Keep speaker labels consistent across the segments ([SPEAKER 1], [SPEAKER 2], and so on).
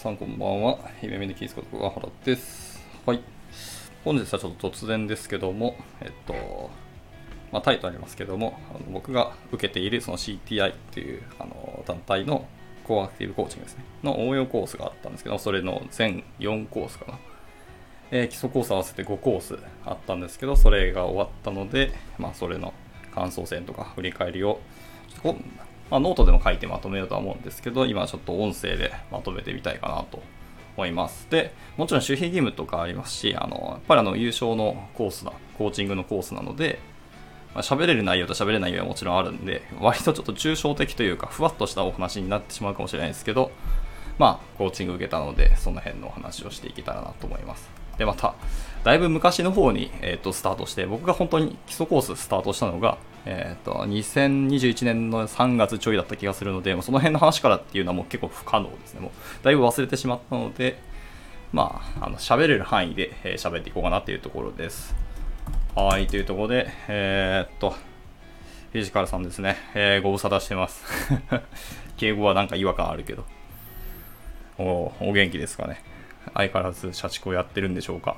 [SPEAKER 1] さんこんばんは。夢見のキースこと川原です。はい。本日はちょっと突然ですけども、タイトルありますけども、僕が受けているその CTI という団体のコアアクティブコーチングですね、の応用コースがあったんですけど、それの全4コースかな。基礎コース合わせて5コースあったんですけど、それが終わったので、それの感想戦とか振り返りを、ノートでも書いてまとめようとは思うんですけど、今ちょっと音声でまとめてみたいかなと思います。で、もちろん守秘義務とかありますし、やっぱり優勝のコーーチングのコースなので、喋れる内容と喋れない内容はもちろんあるんで、割とちょっと抽象的というか、ふわっとしたお話になってしまうかもしれないですけど、コーチング受けたので、その辺のお話をしていけたらなと思います。で、また、だいぶ昔の方に、スタートして、僕が本当に基礎コーススタートしたのが、2021年の3月ちょいだった気がするので、その辺の話からっていうのはもう結構不可能ですね。もうだいぶ忘れてしまったので、喋れる範囲で喋っていこうかなっていうところです。はい、というところで、フィジカルさんですね、ご無沙汰してます。敬語はなんか違和感あるけど。お元気ですかね。相変わらず社畜をやってるんでしょうか。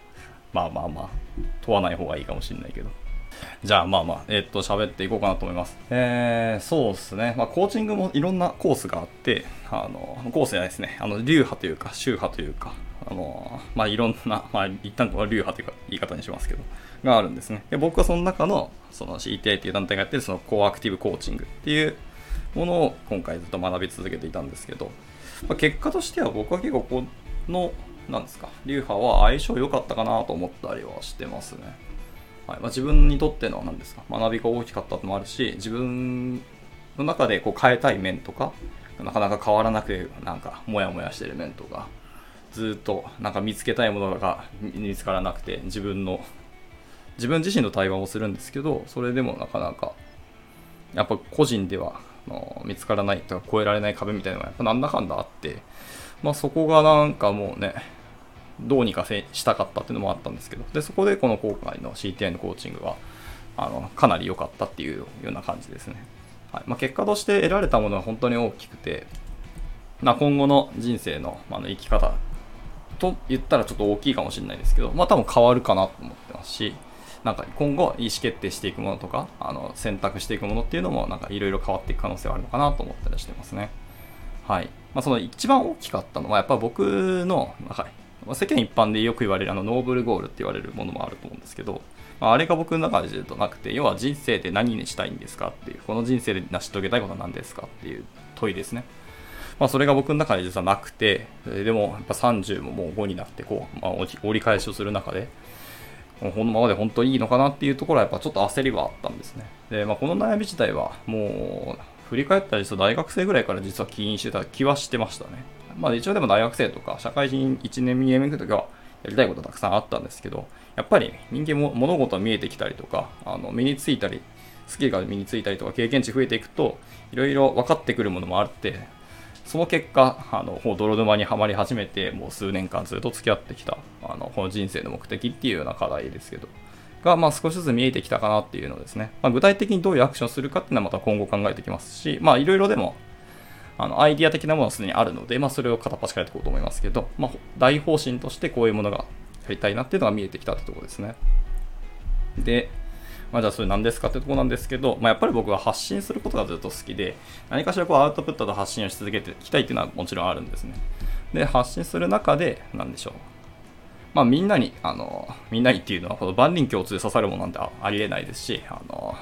[SPEAKER 1] 問わない方がいいかもしれないけど。じゃあ喋っていこうかなと思います。そうですね。コーチングもいろんなコースがあって、コースじゃないですね。流派というか、宗派というか、いろんな、一旦流派というか言い方にしますけど、があるんですね。で、僕はその中の、その CTI という団体がやってるそのコアアクティブコーチングっていうものを今回ずっと学び続けていたんですけど、結果としては僕は結構この、流派は相性良かったかなと思ったりはしてますね。自分にとっての学びが大きかったのもあるし、自分の中で変えたい面とか、なかなか変わらなくてモヤモヤしてる面とか、ずっと見つけたいものが見つからなくて、自分自身の対話をするんですけど、それでもなかなかやっぱ個人では見つからないとか超えられない壁みたいなのがやっぱなんだかんだあって、そこがもうね、どうにかしたかったっていうのもあったんですけど、でそこでこの今回の CTI のコーチングはかなり良かったっていうような感じですね。結果として得られたものは本当に大きくて、今後の人生の生き方と言ったらちょっと大きいかもしれないですけど、多分変わるかなと思ってますし、今後意思決定していくものとか選択していくものっていうのもいろいろ変わっていく可能性はあるのかなと思ったりしてますね。はい。その一番大きかったのはやっぱ僕の、世間一般でよく言われるノーブルゴールって言われるものもあると思うんですけど、あれが僕の中で言うとなくて、要は人生で何にしたいんですかっていう、この人生で成し遂げたいことは何ですかっていう問いですね。それが僕の中で実はなくて、でもやっぱ30ももう5になって折り返しをする中で、このままで本当にいいのかなっていうところはやっぱちょっと焦りはあったんですね。で、この悩み自体はもう振り返ったら実は大学生ぐらいから実は起因してた気はしてましたね。一応でも大学生とか社会人1年2年目の時はやりたいことたくさんあったんですけど、やっぱり人間も物事が見えてきたりとか、身についたり、スキルが身についたりとか経験値増えていくと、いろいろ分かってくるものもあって、その結果、泥沼にはまり始めて、もう数年間ずっと付き合ってきた、この人生の目的っていうような課題ですけど、が、少しずつ見えてきたかなっていうのですね。具体的にどういうアクションをするかっていうのはまた今後考えていきますし、いろいろでも、アイディア的なものはすでにあるので、それを片っ端からやっていこうと思いますけど、大方針としてこういうものがやりたいなっていうのが見えてきたってところですね。で、じゃあそれ何ですかってところなんですけど、やっぱり僕は発信することがずっと好きで、何かしらアウトプットと発信をし続けていきたいっていうのはもちろんあるんですね。で、発信する中で、みんなにっていうのは、この万人共通で刺さるものなんてありえないですし、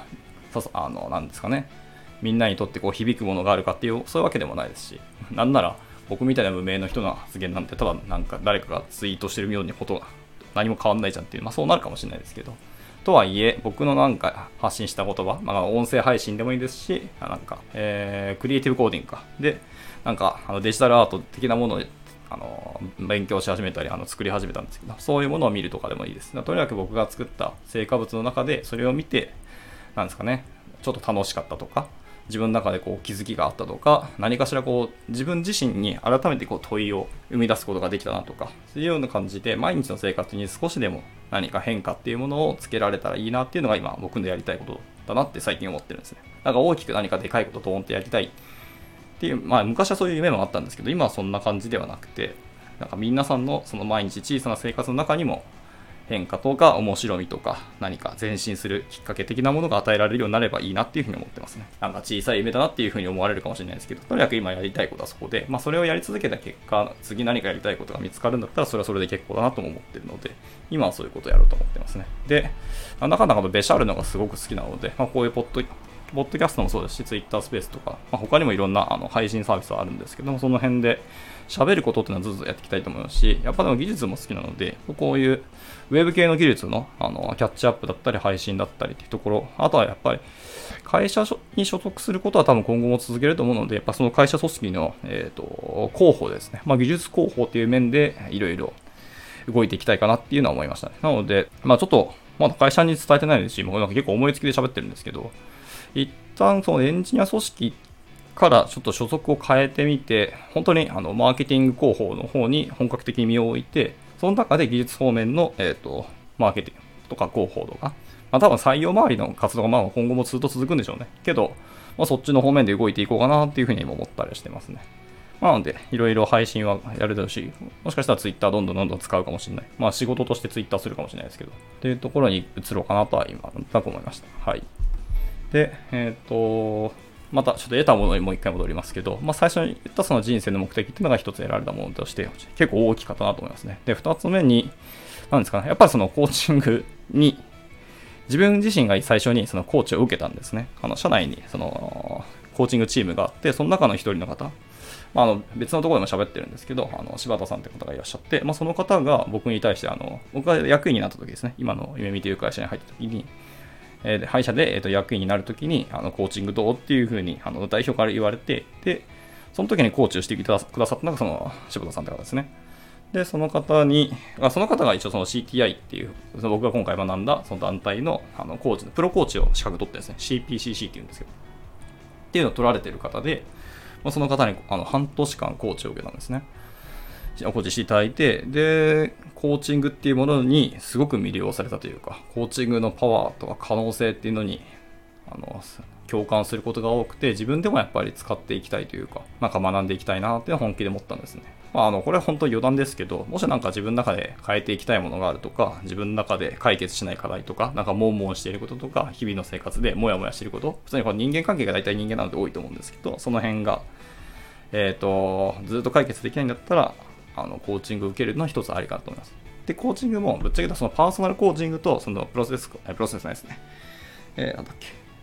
[SPEAKER 1] みんなにとって響くものがあるかっていう、そういうわけでもないですし、なんなら僕みたいな無名の人の発言なんて、ただ誰かがツイートしてるようにことが何も変わんないじゃんっていう、そうなるかもしれないですけど、とはいえ、僕の発信した言葉、音声配信でもいいですし、クリエイティブコーディングか。で、デジタルアート的なものを勉強し始めたり作り始めたんですけど、そういうものを見るとかでもいいです。とにかく僕が作った成果物の中でそれを見てちょっと楽しかったとか、自分の中で気づきがあったとか、何かしら自分自身に改めて問いを生み出すことができたなとか、そういうような感じで毎日の生活に少しでも何か変化っていうものをつけられたらいいなっていうのが今僕のやりたいことだなって最近思ってるんですね。大きく何かでかいことをドーンってやりたいっていう、まあ昔はそういう夢もあったんですけど、今はそんな感じではなくて、なんか皆さんのその毎日小さな生活の中にも変化とか面白みとか何か前進するきっかけ的なものが与えられるようになればいいなっていうふうに思ってますね。なんか小さい夢だなっていうふうに思われるかもしれないですけど、とにかく今やりたいことはそこで、まあそれをやり続けた結果、次何かやりたいことが見つかるんだったらそれはそれで結構だなとも思ってるので、今はそういうことをやろうと思ってますね。で、なかなかベシャるのがすごく好きなので、まあこういうポッドキャストもそうですし、Twitter スペースとか、まあ、他にもいろんな配信サービスはあるんですけども、その辺で喋ることっていうのはずっとやっていきたいと思いますし、やっぱでも技術も好きなので、こういうウェブ系の技術の、キャッチアップだったり配信だったりっていうところ、あとはやっぱり会社に所属することは多分今後も続けると思うので、やっぱその会社組織の、広報ですね、まあ、技術広報っていう面でいろいろ動いていきたいかなっていうのは思いましたね。なので、まあちょっとまだ会社に伝えてないですし、もうなんか結構思いつきで喋ってるんですけど、一旦そのエンジニア組織からちょっと所属を変えてみて、本当にマーケティング広報の方に本格的に身を置いて、その中で技術方面の、マーケティングとか広報とか、まあ、多分採用周りの活動がまあ今後もずっと続くんでしょうね。けど、まあ、そっちの方面で動いていこうかなっていうふうに今思ったりしてますね。なので、いろいろ配信はやるだろうし、もしかしたら Twitter どんどん使うかもしれない。まあ仕事として Twitter するかもしれないですけど、っていうところに移ろうかなとは今、なんとなく思いました。はい。で、またちょっと得たものにもう一回戻りますけど、まあ、最初に言ったその人生の目的っていうのが一つ得られたものとして結構大きかったなと思いますね。で、二つ目に、なんですかね、やっぱりそのコーチングに、自分自身が最初にそのコーチを受けたんですね。社内にそのコーチングチームがあって、その中の一人の方、まあ、別のところでも喋ってるんですけど、柴田さんって方がいらっしゃって、まあ、その方が僕に対して、僕が役員になった時ですね、今の夢見という会社に入った時に、歯医者で、役員になるときにコーチングどうっていうふうに代表から言われて、で、その時にコーチをしてくださったのがその柴田さんって方ですね。で、その方が一応その CTI っていう、その僕が今回学んだその団体のコーチの、プロコーチを資格取ってですね、CPCC っていうんですけど、っていうのを取られている方で、その方に半年間コーチを受けたんですね。コーチしていただいて、で、コーチングっていうものにすごく魅了されたというか、コーチングのパワーとか可能性っていうのに、共感することが多くて、自分でもやっぱり使っていきたいというか、なんか学んでいきたいなっていうのは本気で思ったんですね。まあ、これは本当に余談ですけど、もしなんか自分の中で変えていきたいものがあるとか、自分の中で解決しない課題とか、なんか悶々していることとか、日々の生活でモヤモヤしていること、普通にこの人間関係が大体人間なので多いと思うんですけど、その辺が、ずっと解決できないんだったら、コーチングを受けるのは一つありかなと思います。で、コーチングもぶっちゃけたそのパーソナルコーチングとそのプロセスないですね。なんだっけ。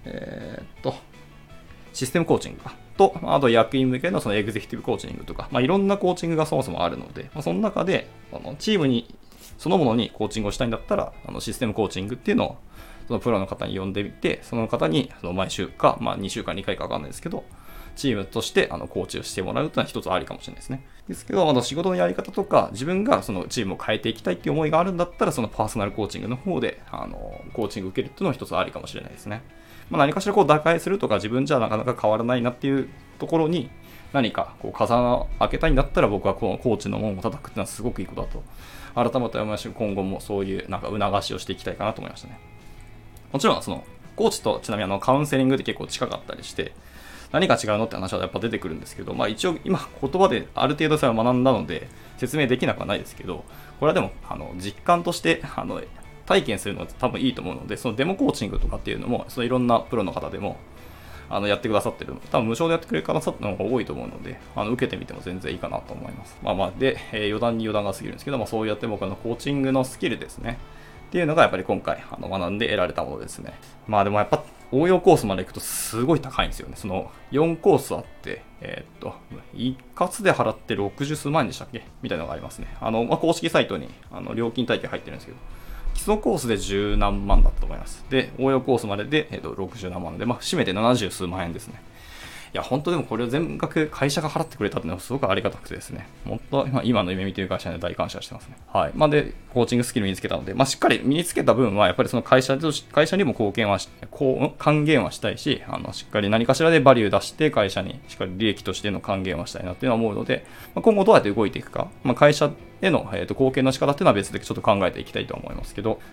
[SPEAKER 1] システムコーチングか。と、あと役員向けのそのエグゼクティブコーチングとか、まあ、いろんなコーチングがそもそもあるので、まあ、その中で、チームに、そのものにコーチングをしたいんだったら、システムコーチングっていうのを、そのプロの方に呼んでみて、その方にその毎週か、まあ2週間2回かわかんないですけど、チームとしてコーチをしてもらうというのは一つありかもしれないですね。ですけど、仕事のやり方とか、自分がそのチームを変えていきたいっていう思いがあるんだったら、そのパーソナルコーチングの方で、コーチングを受けるっていうのは一つありかもしれないですね。まあ、何かしら打開するとか、自分じゃなかなか変わらないなっていうところに、何か風を開けたいんだったら、僕はこのコーチの門を叩くっていうのはすごくいいことだと、改めて思いました。今後もそういうなんか促しをしていきたいかなと思いましたね。もちろん、その、コーチとちなみにカウンセリングって結構近かったりして、何が違うのって話はやっぱ出てくるんですけど、まあ一応今言葉である程度それは学んだので説明できなくはないですけど、これはでも実感として体験するのが多分いいと思うので、そのデモコーチングとかっていうのも、そのいろんなプロの方でもやってくださってる、多分無償でやってくれる方の方が多いと思うので、受けてみても全然いいかなと思います。まあまあで、余談に余談が過ぎるんですけど、まあそうやって僕のコーチングのスキルですね。っていうのがやっぱり今回学んで得られたものですね。まあでもやっぱ応用コースまで行くとすごい高いんですよね。その4コースあって、一括で払って60数万円でしたっけみたいなのがありますね。公式サイトに料金体系入ってるんですけど、基礎コースで10何万だったと思います。で、応用コースまでで、60何万で、まあ、締めて70数万円ですね。いや、本当でもこれを全額会社が払ってくれたっていうのはすごくありがたくてですね。本当、今の夢見という会社に大感謝してますね。はい。まあ、で、コーチングスキル身につけたので、まあ、しっかり身につけた分は、やっぱりその会社にも還元はしたいし、しっかり何かしらでバリュー出して、会社にしっかり利益としての還元はしたいなっていうのは思うので、まあ、今後どうやって動いていくか、まあ、会社への、貢献の仕方っていうのは別でちょっと考えていきたいと思いますけど、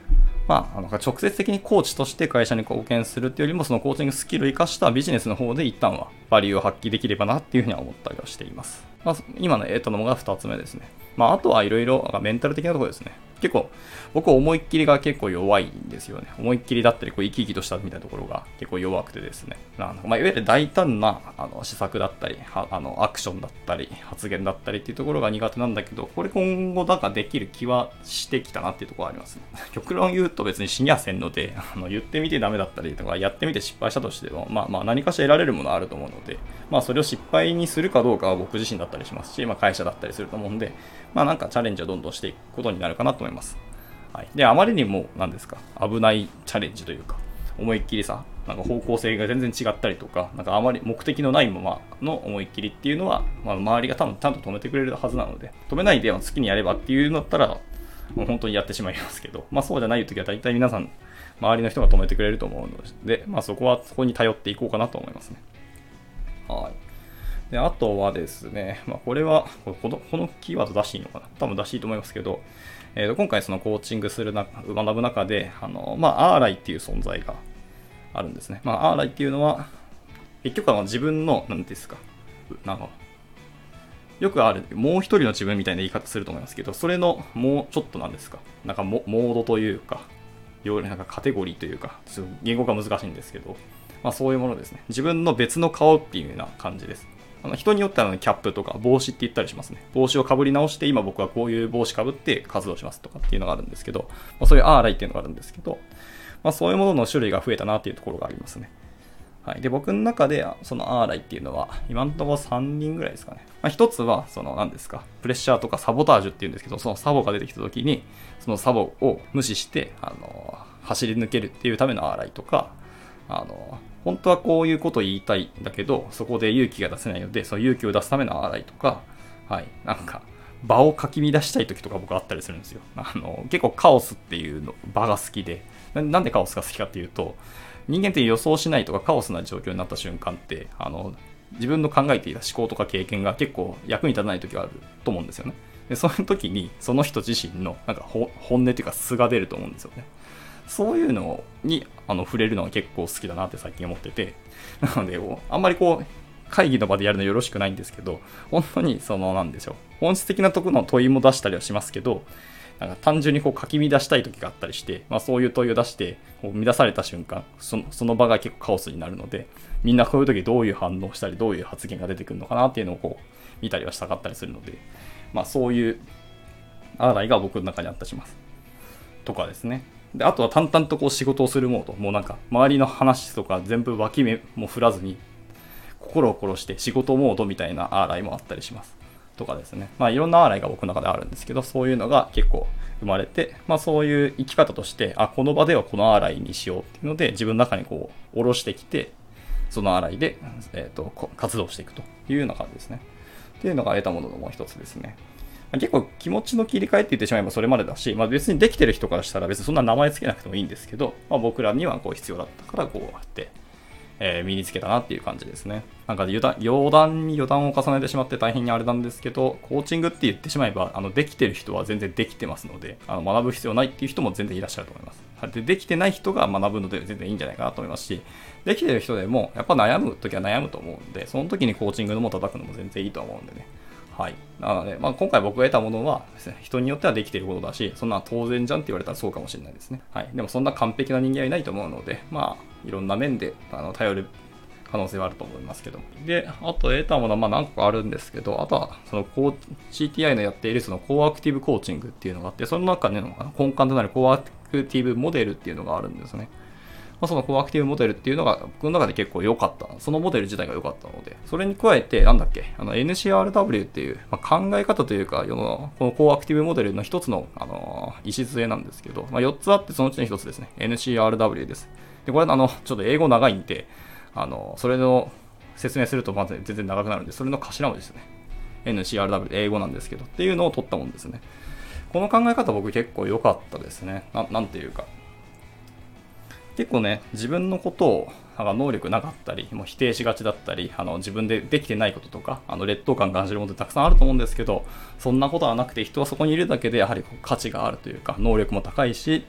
[SPEAKER 1] 直接的にコーチとして会社に貢献するっていうよりも、そのコーチングスキルを生かしたビジネスの方で一旦はバリューを発揮できればなっていうふうには思ったりはしています。今の得たのが2つ目ですね。あとはいろいろメンタル的なところですね。結構、僕思いっきりが結構弱いんですよね。思いっきりだったり、生き生きとしたみたいなところが結構弱くてですね。いわゆる大胆な施策だったり、アクションだったり、発言だったりっていうところが苦手なんだけど、これ今後できる気はしてきたなっていうところがありますね。極論言うと別に死にはせんので、言ってみてダメだったりとか、やってみて失敗したとしても、何かしら得られるものはあると思うので、それを失敗にするかどうかは僕自身だったりしますし、会社だったりすると思うんで、なんかチャレンジをどんどんしていくことになるかなと思います。はい。で、あまりにも、危ないチャレンジというか、思いっきりさ、方向性が全然違ったりとか、あまり目的のないままの思いっきりっていうのは、周りが多分ちゃんと止めてくれるはずなので、止めないで好きにやればっていうのだったら、もう本当にやってしまいますけど、そうじゃないときは大体皆さん、周りの人が止めてくれると思うので、そこに頼っていこうかなと思いますね。はい。で、あとはですね、このキーワード出していいのかな、多分出していいと思いますけど、今回そのコーチング学ぶ中で、アーライっていう存在があるんですね。アーライっていうのは、結局は自分の、何ですか、よくある、もう一人の自分みたいな言い方すると思いますけど、それのもうちょっとなんですか、モードというか、カテゴリーというか、ちょっと言語が難しいんですけど、そういうものですね。自分の別の顔っていうような感じです。人によってはキャップとか帽子って言ったりしますね。帽子をかぶり直して、今僕はこういう帽子かぶって活動しますとかっていうのがあるんですけど、そういうアーライっていうのがあるんですけど、そういうものの種類が増えたなっていうところがありますね。はい。で、僕の中で、そのアーライっていうのは、今のところ3人ぐらいですかね。一つは、何ですか、プレッシャーとかサボタージュっていうんですけど、そのサボが出てきた時に、そのサボを無視して、走り抜けるっていうためのアーライとか、本当はこういうことを言いたいんだけど、そこで勇気が出せないので、その勇気を出すためのアーライとか、はい。場をかき乱したい時とか僕あったりするんですよ。結構カオスっていう場が好きで、なんでカオスが好きかっていうと、人間って予想しないとかカオスな状況になった瞬間って、自分の考えていた思考とか経験が結構役に立たない時があると思うんですよね。で、そういう時に、その人自身の本音っていうか素が出ると思うんですよね。そういうのに触れるのが結構好きだなって最近思ってて、なので、あんまり会議の場でやるのよろしくないんですけど、本当になんでしょう。本質的なところの問いも出したりはしますけど、単純にかき乱したい時があったりして、そういう問いを出して、乱された瞬間、その場が結構カオスになるので、みんなこういう時どういう反応をしたり、どういう発言が出てくるのかなっていうのを見たりはしたかったりするので、そういうアーライが僕の中にあったりします。とかですね。で、あとは淡々と仕事をするモード。もう周りの話とか全部脇目も振らずに、心を殺して仕事モードみたいなアーライもあったりします。とかですね。いろんなアーライが僕の中であるんですけど、そういうのが結構生まれて、そういう生き方として、この場ではこのアーライにしようっていうので、自分の中に下ろしてきて、そのアーライで、活動していくというような感じですね。っていうのが得たもののもう一つですね。結構気持ちの切り替えって言ってしまえばそれまでだし、別にできてる人からしたら別にそんな名前つけなくてもいいんですけど、僕らには必要だったからこうやって、身につけたなっていう感じですね。余談に余談を重ねてしまって大変にあれなんですけど、コーチングって言ってしまえば、できてる人は全然できてますので、学ぶ必要ないっていう人も全然いらっしゃると思います。できてない人が学ぶので全然いいんじゃないかなと思いますし、できてる人でもやっぱ悩むときは悩むと思うんで、その時にコーチングのも叩くのも全然いいと思うんでね。はい。なので、今回僕が得たものはですね、人によってはできていることだし、そんな当然じゃんって言われたらそうかもしれないですね。はい。でもそんな完璧な人間はいないと思うので、いろんな面で頼る可能性はあると思いますけど。で、あと得たものは何個かあるんですけど、あとはCTI のやっているそのコーアクティブコーチングっていうのがあって、その中での根幹となるコーアクティブモデルっていうのがあるんですね。そのコーアクティブモデルっていうのが僕の中で結構良かった。そのモデル自体が良かったので、それに加えて、NCRW っていう、考え方というか、このコーアクティブモデルの一つの、礎なんですけど、4つあってそのうちの一つですね。NCRW です。で、これちょっと英語長いんで、それの説明するとまず全然長くなるんで、それの頭文字ですね。NCRW、英語なんですけど、っていうのを取ったもんですね。この考え方僕結構良かったですね。なんていうか。結構ね、自分のことを能力なかったり、もう否定しがちだったり、自分でできてないこととか、劣等感感じるものってたくさんあると思うんですけど、そんなことはなくて、人はそこにいるだけでやはり価値があるというか、能力も高いし、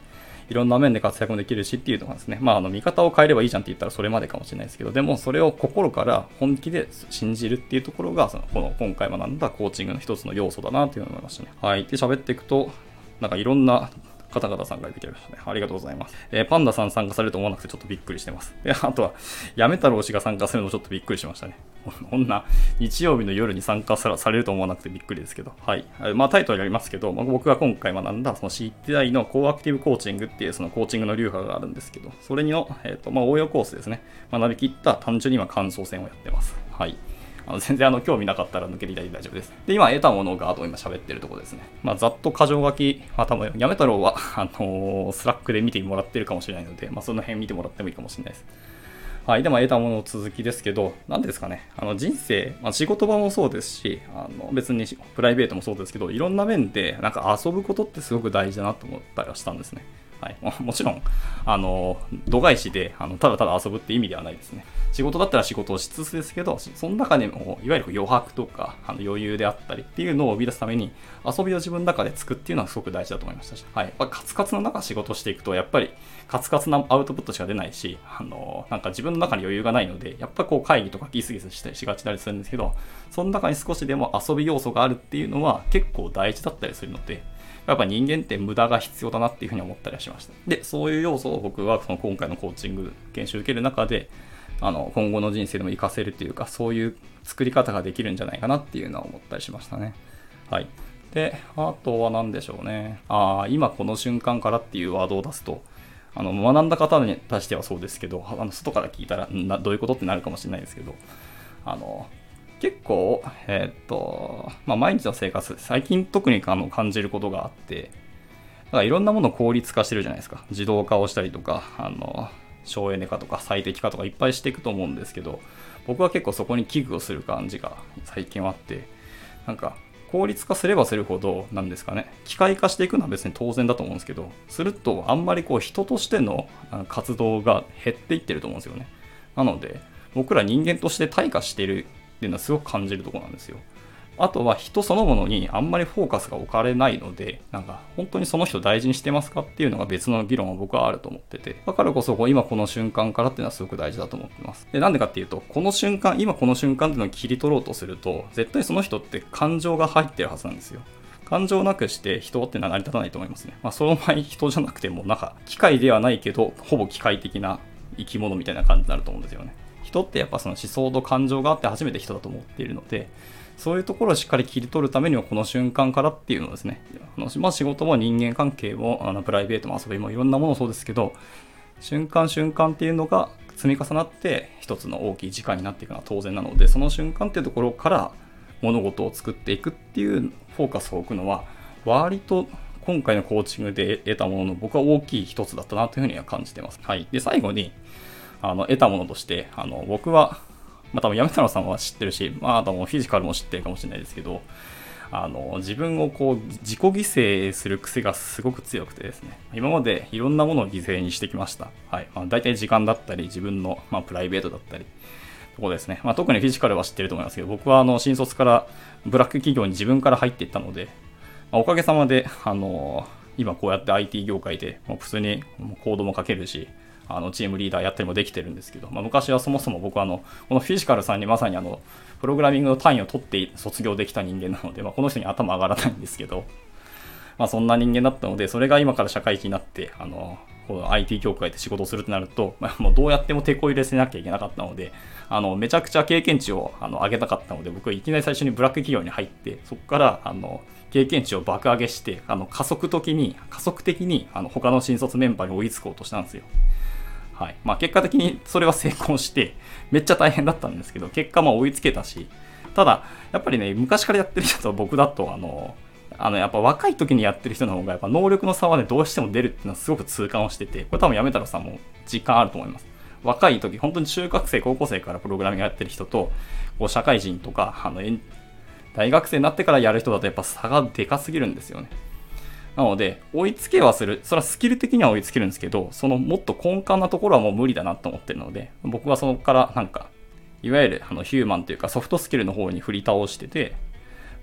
[SPEAKER 1] いろんな面で活躍もできるしっていうのがですね、見方を変えればいいじゃんって言ったらそれまでかもしれないですけど、でもそれを心から本気で信じるっていうところが、この今回学んだコーチングの一つの要素だなというふうに思いましたね。はい。で、喋っていくと、なんかいろんな方々参加できましたね。ありがとうございます。パンダさん参加されると思わなくてちょっとびっくりしてます。で、あとは、やめ太郎氏が参加するのちょっとびっくりしましたね。こんな日曜日の夜に参加されると思わなくてびっくりですけど。はい。タイトルやりますけど、僕が今回学んだその CTI のコーアクティブコーチングっていうそのコーチングの流派があるんですけど、それの、応用コースですね。学びきった単純に今感想戦をやってます。はい。全然興味なかったら抜けていただいて大丈夫です。で、今得たものが今喋ってるところですね。ざっと箇条書き、多分やめ太郎はスラックで見てもらってるかもしれないので、その辺見てもらってもいいかもしれないです。はい。で、得たものの続きですけど、何ですかね。人生、仕事場もそうですし、別にプライベートもそうですけど、いろんな面で、なんか遊ぶことってすごく大事だなと思ったりはしたんですね。はい。もちろん、度外視で、ただただ遊ぶって意味ではないですね。仕事だったら仕事をしつつですけど、その中でも、いわゆる余白とか、余裕であったりっていうのを生み出すために、遊びを自分の中で作っていうのはすごく大事だと思いましたし、はい。カツカツの中仕事をしていくと、やっぱり、カツカツなアウトプットしか出ないし、なんか自分の中に余裕がないので、やっぱ会議とかギスギスしたりしがちだりするんですけど、その中に少しでも遊び要素があるっていうのは結構大事だったりするので、やっぱ人間って無駄が必要だなっていうふうに思ったりはしました。で、そういう要素を僕はその今回のコーチング研修を受ける中で、今後の人生でも活かせるというか、そういう作り方ができるんじゃないかなっていうのは思ったりしましたね。はい。で、あとは何でしょうね。今この瞬間からっていうワードを出すと、学んだ方に対してはそうですけど、外から聞いたらどういうことってなるかもしれないですけど、結構、毎日の生活、最近特に感じることがあって、だからいろんなものを効率化してるじゃないですか。自動化をしたりとか、省エネ化とか最適化とかいっぱいしていくと思うんですけど、僕は結構そこに危惧をする感じが最近はあって、なんか効率化すればするほど、なんですかね、機械化していくのは別に当然だと思うんですけど、するとあんまり人としての活動が減っていってると思うんですよね。なので、僕ら人間として退化しているっていうのはすごく感じるところなんですよ。あとは人そのものにあんまりフォーカスが置かれないので、なんか本当にその人大事にしてますかっていうのが別の議論は僕はあると思ってて、だからこそ今この瞬間からっていうのはすごく大事だと思ってます。で、なんでかっていうと、この瞬間、今この瞬間っていうのを切り取ろうとすると、絶対その人って感情が入ってるはずなんですよ。感情なくして人ってのは成り立たないと思いますね。その場合人じゃなくてもなんか機械ではないけど、ほぼ機械的な生き物みたいな感じになると思うんですよね。人ってやっぱその思想と感情があって初めて人だと思っているので、そういうところをしっかり切り取るためにはこの瞬間からっていうのをですね、仕事も人間関係もプライベートも遊びもいろんなものそうですけど、瞬間瞬間っていうのが積み重なって一つの大きい時間になっていくのは当然なので、その瞬間っていうところから物事を作っていくっていうフォーカスを置くのは割と今回のコーチングで得たものの僕は大きい一つだったなというふうには感じています。はい。で、最後に得たものとして僕は多分山太郎さんは知ってるし、多分フィジカルも知ってるかもしれないですけど、自分を自己犠牲する癖がすごく強くてですね、今までいろんなものを犠牲にしてきました。はい。大体時間だったり、自分のプライベートだったり、ところですね。特にフィジカルは知ってると思いますけど、僕は新卒からブラック企業に自分から入っていったので、おかげさまで、今こうやって IT 業界で普通にコードも書けるし、チームリーダーやったりもできてるんですけど、昔はそもそも僕はこのフィジカルさんにまさにプログラミングの単位を取って卒業できた人間なので、この人に頭上がらないんですけど、そんな人間だったので、それが今から社会人になってこの IT 業界で仕事をするとなると、もうどうやっても手こ入れせなきゃいけなかったので、めちゃくちゃ経験値を上げたかったので、僕はいきなり最初にブラック企業に入って、そこから経験値を爆上げして、加速的に他の新卒メンバーに追いつこうとしたんですよ。はい。結果的にそれは成功して、めっちゃ大変だったんですけど、結果追いつけたし、ただ、やっぱりね、昔からやってる人と僕だと、やっぱ若い時にやってる人の方が、やっぱ能力の差はね、どうしても出るっていうのはすごく痛感をしてて、これ多分やめたらさんも実感あると思います。若い時、本当に中学生、高校生からプログラミングやってる人と、社会人とか、大学生になってからやる人だとやっぱ差がでかすぎるんですよね。なので、追いつけはする。それはスキル的には追いつけるんですけど、そのもっと根幹なところはもう無理だなと思ってるので、僕はそこからいわゆるヒューマンというかソフトスキルの方に振り倒してて、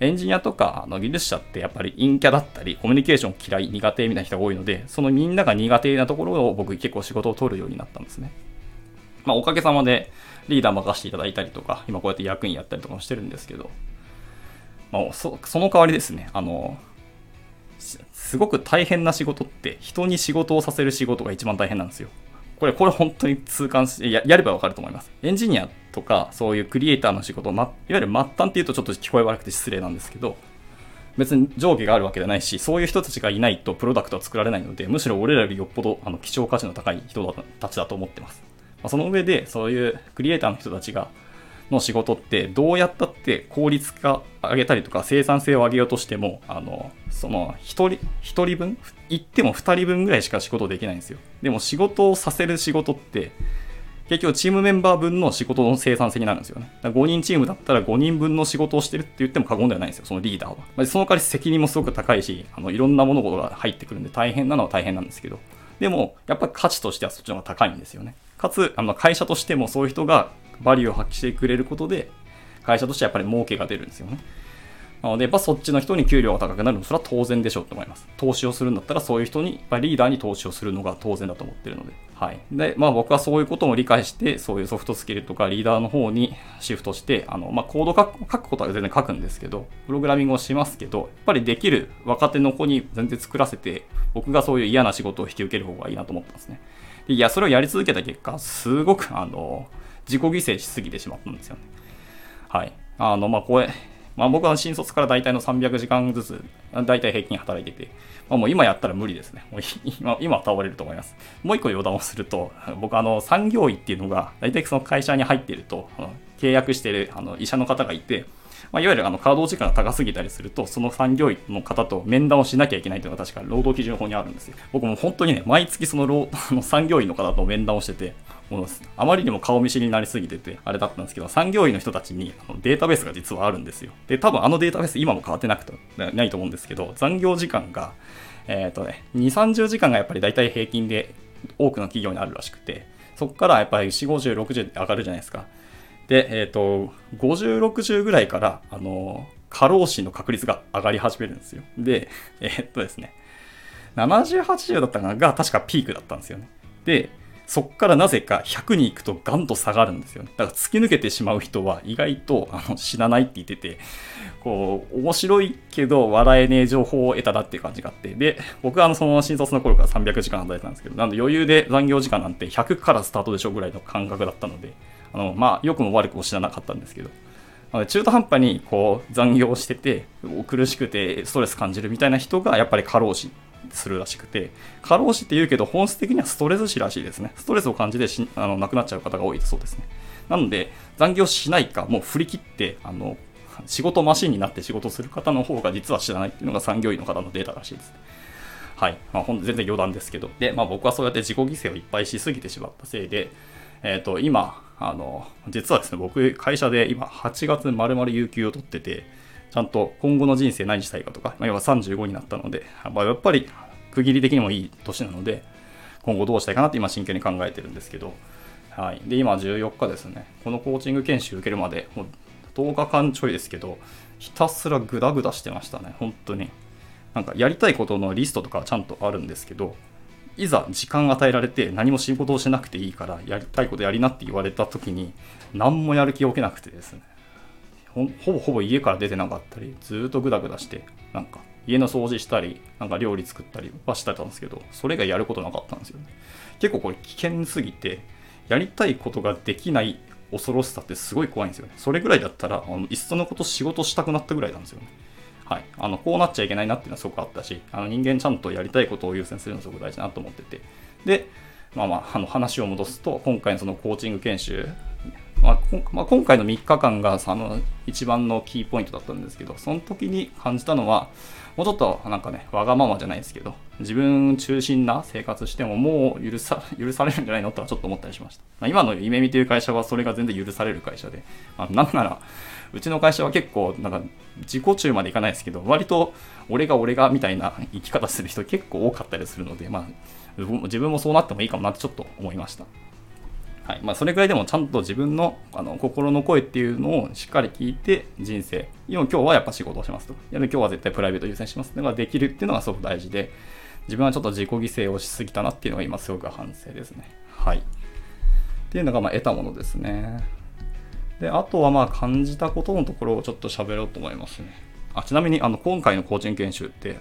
[SPEAKER 1] エンジニアとか技術者ってやっぱり陰キャだったりコミュニケーション嫌い苦手みたいな人が多いので、そのみんなが苦手なところを僕結構仕事を取るようになったんですね。おかげさまでリーダー任せていただいたりとか、今こうやって役員やったりとかもしてるんですけど、その代わりですね、すごく大変な仕事って人に仕事をさせる仕事が一番大変なんですよ。これ本当に痛感して やればわかると思います。エンジニアとかそういうクリエイターの仕事、いわゆる末端っていうとちょっと聞こえ悪くて失礼なんですけど、別に上下があるわけではないし、そういう人たちがいないとプロダクトは作られないので、むしろ俺らよりよっぽど希少価値の高い人たちだと思ってます。その上でそういうクリエイターの人たちの仕事ってどうやったって効率化上げたりとか生産性を上げようとしてもその1人分言っても2人分ぐらいしか仕事できないんですよ。でも仕事をさせる仕事って結局チームメンバー分の仕事の生産性になるんですよね。5人チームだったら5人分の仕事をしてるって言っても過言ではないんですよ、そのリーダーは。その代わり責任もすごく高いしいろんな物事が入ってくるんで大変なのは大変なんですけど、でもやっぱり価値としてはそっちの方が高いんですよね。かつ会社としてもそういう人がバリューを発揮してくれることで会社としてはやっぱり儲けが出るんですよね。なのでやっぱそっちの人に給料が高くなるのそれは当然でしょうと思います。投資をするんだったらそういう人にリーダーに投資をするのが当然だと思ってるので、はい。で僕はそういうことも理解してそういうソフトスキルとかリーダーの方にシフトしてコード書くことは全然書くんですけど、プログラミングをしますけど、やっぱりできる若手の子に全然作らせて僕がそういう嫌な仕事を引き受ける方がいいなと思ったんですね。いや、それをやり続けた結果、すごく自己犠牲しすぎてしまったんですよね。はい。これ、僕は新卒から大体の300時間ずつ、大体平均働いてて、もう今やったら無理ですね。もう今は倒れると思います。もう一個余談をすると、僕産業医っていうのが、大体その会社に入っていると、契約している医者の方がいて、いわゆる稼働時間が高すぎたりすると、その産業医の方と面談をしなきゃいけないというのが確か労働基準法にあるんですよ。僕も本当にね、毎月その産業医の方と面談をしてて、もうあまりにも顔見知りになりすぎてて、あれだったんですけど、産業医の人たちにデータベースが実はあるんですよ。で、多分データベース今も変わってないと思うんですけど、残業時間が、2、30時間がやっぱり大体平均で多くの企業にあるらしくて、そこからやっぱり4、50、60って上がるじゃないですか。で、50、60ぐらいから、過労死の確率が上がり始めるんですよ。で、ですね、70、80だったのが確かピークだったんですよね。で、そっからなぜか100に行くとガンと下がるんですよね。だから突き抜けてしまう人は意外と死なないって言ってて、面白いけど笑えねえ情報を得たなっていう感じがあって、で、僕はその新卒の頃から300時間働いてたんですけど、なんで余裕で残業時間なんて100からスタートでしょぐらいの感覚だったので、良くも悪くも知らなかったんですけど、中途半端に残業してて苦しくてストレス感じるみたいな人がやっぱり過労死するらしくて、過労死って言うけど本質的にはストレス死らしいですね。ストレスを感じて亡くなっちゃう方が多いそうですね。なので残業しないかもう振り切って仕事マシンになって仕事する方の方が実は知らないっていうのが産業医の方のデータらしいですね。はい。全然余談ですけど、で、僕はそうやって自己犠牲をいっぱいしすぎてしまったせいで、今実はですね、僕会社で今8月丸々有給を取ってて、ちゃんと今後の人生何したいかとか、要は35になったので、やっぱり区切り的にもいい年なので、今後どうしたいかなって今真剣に考えてるんですけど、はい。で、今14日ですね、このコーチング研修受けるまで、もう10日間ちょいですけど、ひたすらグダグダしてましたね、本当に。なんかやりたいことのリストとかちゃんとあるんですけど、いざ時間与えられて何も仕事をしなくていいからやりたいことやりなって言われた時に何もやる気を起きなくてですね、ほぼ家から出てなかったり、ずっとグダグダして、なんか家の掃除したり、なんか料理作ったりはしてたんですけど、それがやることなかったんですよね。結構これ危険すぎて、やりたいことができない恐ろしさってすごい怖いんですよね。それぐらいだったら、いっそのこと仕事したくなったぐらいなんですよね。はい。こうなっちゃいけないなっていうのはすごくあったし、人間ちゃんとやりたいことを優先するのがすごく大事だなと思ってて。で、話を戻すと、今回のそのコーチング研修、今回の3日間が一番のキーポイントだったんですけど、その時に感じたのは、もうちょっとなんかね、わがままじゃないですけど、自分中心な生活してももう許されるんじゃないのってちょっと思ったりしました。今の夢見という会社はそれが全然許される会社で、なんなら、うちの会社は結構なんか自己中までいかないですけど、割と俺がみたいな生き方する人結構多かったりするので、自分もそうなってもいいかもなってちょっと思いました。 はい。それぐらいでもちゃんと自分の心の声っていうのをしっかり聞いて、人生、今日はやっぱ仕事をしますと。今日は絶対プライベート優先しますっていうのができるっていうのがすごく大事で、自分はちょっと自己犠牲をしすぎたなっていうのが今すごく反省ですね。はい。っていうのが得たものですね。で、あとは感じたことのところをちょっと喋ろうと思いますね。ちなみに今回のコーチング研修って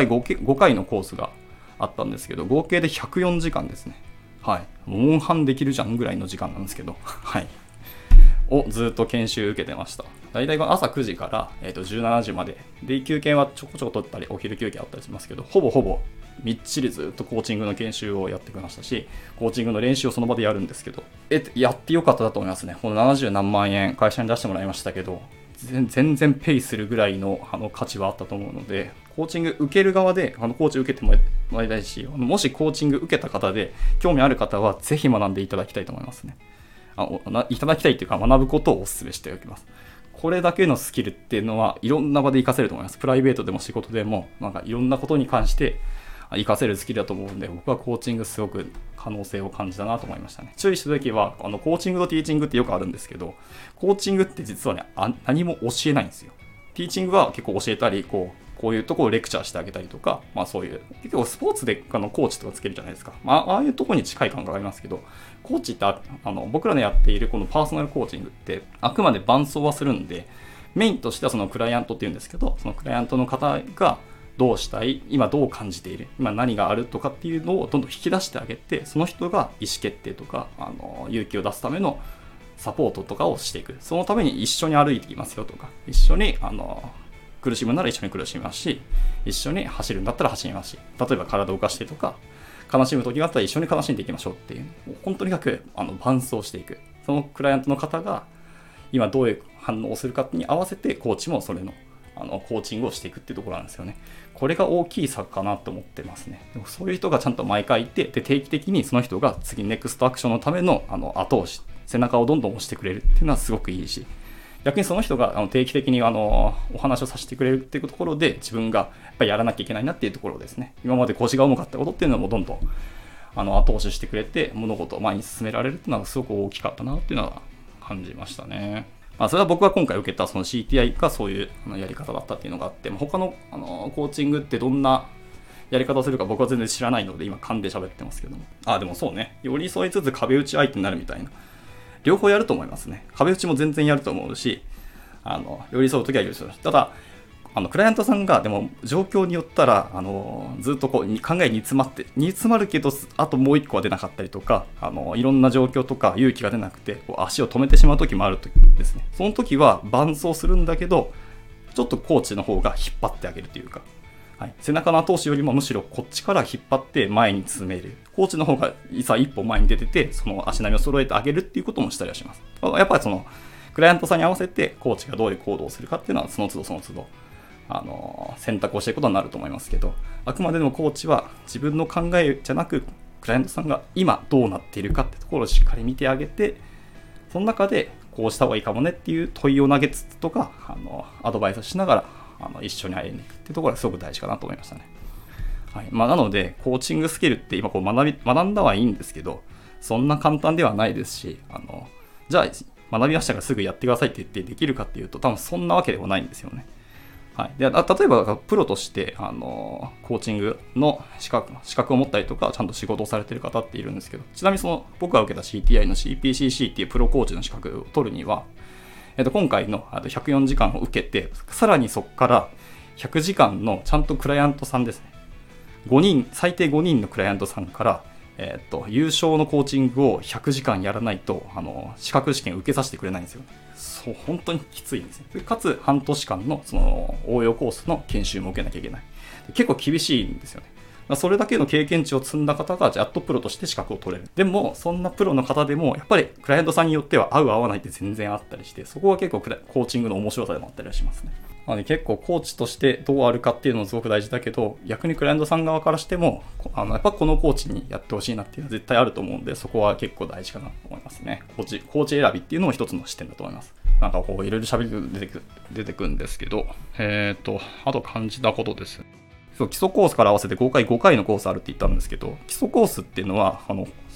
[SPEAKER 1] 5回のコースがあったんですけど、合計で104時間ですね。はい。モンハンできるじゃんぐらいの時間なんですけど、はい。をずっと研修受けてました。だいたい朝9時から、17時まで。で、休憩はちょこちょこ取ったり、お昼休憩あったりしますけど、ほぼみっちりずっとコーチングの研修をやってきましたし、コーチングの練習をその場でやるんですけど、やってよかっただと思いますね。この70何万円会社に出してもらいましたけど、全然ペイするぐらいの価値はあったと思うので、コーチング受ける側でコーチ受けてもらいたいし、もしコーチング受けた方で興味ある方はぜひ学んでいただきたいと思いますね。いただきたいというか学ぶことをお勧めしておきます。これだけのスキルっていうのはいろんな場で活かせると思います。プライベートでも仕事でもいろんなことに関して活かせるスキルだと思うんで、僕はコーチングすごく可能性を感じたなと思いましたね。注意したときはコーチングとティーチングってよくあるんですけど、コーチングって実はね何も教えないんですよ。ティーチングは結構教えたりこういうところをレクチャーしてあげたりとか、そういう結構スポーツでコーチとかつけるじゃないですか。ああいうところに近い感覚がありますけど、コーチって僕らのやっているこのパーソナルコーチングってあくまで伴走はするんで、メインとしてはそのクライアントっていうんですけど、そのクライアントの方がどうしたい、今どう感じている、今何があるとかっていうのをどんどん引き出してあげて、その人が意思決定とか勇気を出すためのサポートとかをしていく。そのために一緒に歩いていきますよとか、一緒に苦しむなら一緒に苦しみますし、一緒に走るんだったら走りますし、例えば体を動かしてとか、悲しむ時があったら一緒に悲しんでいきましょうっていう、本当にかく伴走していく。そのクライアントの方が今どういう反応をするかに合わせてコーチもそれのコーチングをしていくっていうところなんですよね。これが大きい差かなと思ってますね。でもそういう人がちゃんと毎回いて、で定期的にその人が次ネクストアクションのための後押し、背中をどんどん押してくれるっていうのはすごくいいし、逆にその人が定期的にお話をさせてくれるっていうところで、自分がやっぱりやらなきゃいけないなっていうところですね。今まで腰が重かったことっていうのもどんどん後押ししてくれて、物事を前に進められるっていうのはすごく大きかったなっていうのは感じましたね。それは僕が今回受けたその CTI がそういうやり方だったっていうのがあって、他のコーチングってどんなやり方をするか僕は全然知らないので今勘で喋ってますけども、でもそうね、寄り添いつつ壁打ち相手になるみたいな、両方やると思いますね。壁打ちも全然やると思うし、寄り添うときは寄り添うし、ただクライアントさんがでも状況によったらずっと考え煮詰まるけど、あともう一個は出なかったりとか、いろんな状況とか勇気が出なくて足を止めてしまう時もあるとですね。その時は伴走するんだけど、ちょっとコーチの方が引っ張ってあげるというか、背中の後押しよりもむしろこっちから引っ張って前に進める。コーチの方が一歩前に出てて、その足並みを揃えてあげるっていうこともしたりはします。やっぱりそのクライアントさんに合わせてコーチがどういう行動をするかっていうのはその都度選択をしていくことになると思いますけど、あくまでもコーチは自分の考えじゃなく、クライアントさんが今どうなっているかってところをしっかり見てあげて、その中でこうした方がいいかもねっていう問いを投げつつとか、アドバイスしながら一緒に歩んでいくっていうところがすごく大事かなと思いましたね。なのでコーチングスキルって今学んだはいいんですけど、そんな簡単ではないですし、じゃあ学びましたからすぐやってくださいって言ってできるかっていうと、多分そんなわけでもないんですよね。で例えばプロとしてコーチングの資格を持ったりとかちゃんと仕事をされている方っているんですけど、ちなみに僕が受けた CTI の CPCC っていうプロコーチの資格を取るには、今回の104時間を受けて、さらにそこから100時間のちゃんとクライアントさんですね、最低5人のクライアントさんから優勝のコーチングを100時間やらないと資格試験受けさせてくれないんですよ。そう、本当にきついんですね。かつ半年間のその応用コースの研修も受けなきゃいけない。結構厳しいんですよね。それだけの経験値を積んだ方がやっとプロとして資格を取れる。でもそんなプロの方でもやっぱりクライアントさんによっては合う合わないって全然あったりして、そこは結構コーチングの面白さでもあったりはしますね。結構コーチとしてどうあるかっていうのもすごく大事だけど、逆にクライアントさん側からしてもやっぱこのコーチにやってほしいなっていうのは絶対あると思うんで、そこは結構大事かなと思いますね。コーチ選びっていうのも一つの視点だと思います。いろいろ喋り出てくるんですけど、あと感じたことです。基礎コースから合わせて5回のコースあるって言ったんですけど、基礎コースっていうのは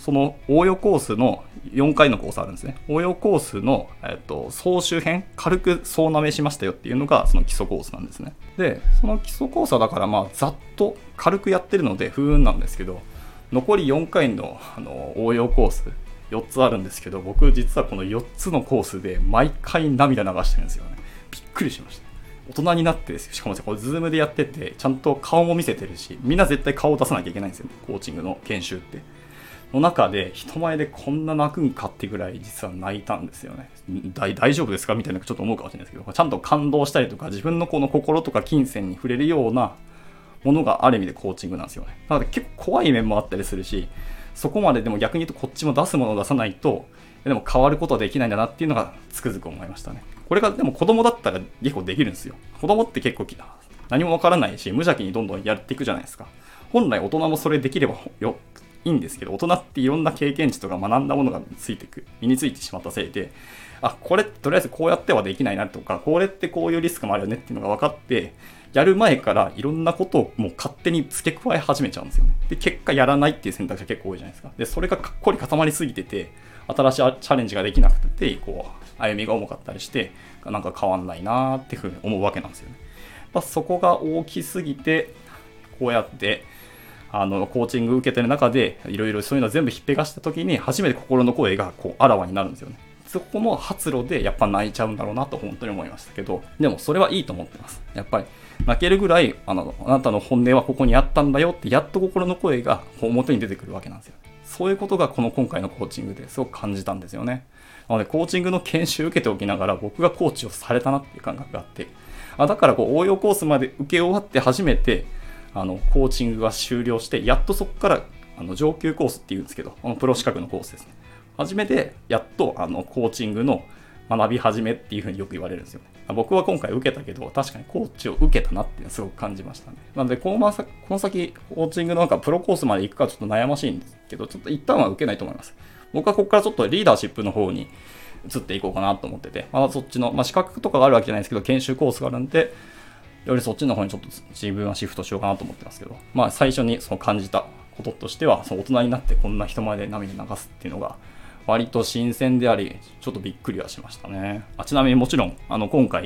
[SPEAKER 1] その応用コースの4回のコースあるんですね。応用コースの、総集編、軽く総なめしましたよっていうのがその基礎コースなんですね。で、その基礎コースはだからざっと軽くやってるので不運なんですけど、残り4回の、応用コース4つあるんですけど、僕実はこの4つのコースで毎回涙流してるんですよね。びっくりしました。大人になってですよ。しかもこれズームでやってて、ちゃんと顔も見せてるし、みんな絶対顔を出さなきゃいけないんですよね。コーチングの研修って。の中で人前でこんな泣くんかってぐらい実は泣いたんですよね。大丈夫ですかみたいなちょっと思うかもしれないですけど、ちゃんと感動したりとか自分のこの心とか金銭に触れるようなものがある意味でコーチングなんですよね。なので結構怖い面もあったりするし、そこまででも逆に言うとこっちも出すものを出さないとでも変わることはできないんだなっていうのがつくづく思いましたね。これがでも子供だったら結構できるんですよ。子供って結構何もわからないし無邪気にどんどんやっていくじゃないですか。本来大人もそれできればいいんですけど、大人っていろんな経験値とか学んだものが身についてしまったせいで、これとりあえずこうやってはできないなとか、これってこういうリスクもあるよねっていうのが分かって、やる前からいろんなことをもう勝手に付け加え始めちゃうんですよね。で、結果やらないっていう選択肢が結構多いじゃないですか。で、それがかっこり固まりすぎてて、新しいチャレンジができなくて、歩みが重かったりして、なんか変わんないなーっていうふうに思うわけなんですよね。そこが大きすぎて、こうやって、コーチング受けてる中でいろいろそういうのを全部ひっぺがした時に初めて心の声があらわになるんですよね。そこの発露でやっぱ泣いちゃうんだろうなと本当に思いましたけど、でもそれはいいと思ってます。やっぱり泣けるぐらいあなたの本音はここにあったんだよってやっと心の声が表に出てくるわけなんですよ。そういうことが今回のコーチングですごく感じたんですよね。なのでコーチングの研修を受けておきながら僕がコーチをされたなっていう感覚があって、だから応用コースまで受け終わって初めてコーチングが終了して、やっとそこから上級コースっていうんですけど、プロ資格のコースですね。初めてやっとコーチングの学び始めっていうふうによく言われるんですよね。僕は今回受けたけど、確かにコーチを受けたなっていうのはすごく感じましたね。なのでこの先コーチングのプロコースまで行くかちょっと悩ましいんですけど、ちょっと一旦は受けないと思います。僕はここからちょっとリーダーシップの方に移っていこうかなと思ってて、そっちの、資格とかがあるわけじゃないですけど、研修コースがあるんで、よりそっちの方にちょっと自分はシフトしようかなと思ってますけど、最初にその感じたこととしては、その大人になってこんな人前で涙流すっていうのが割と新鮮であり、ちょっとびっくりはしましたね。ちなみにもちろん今回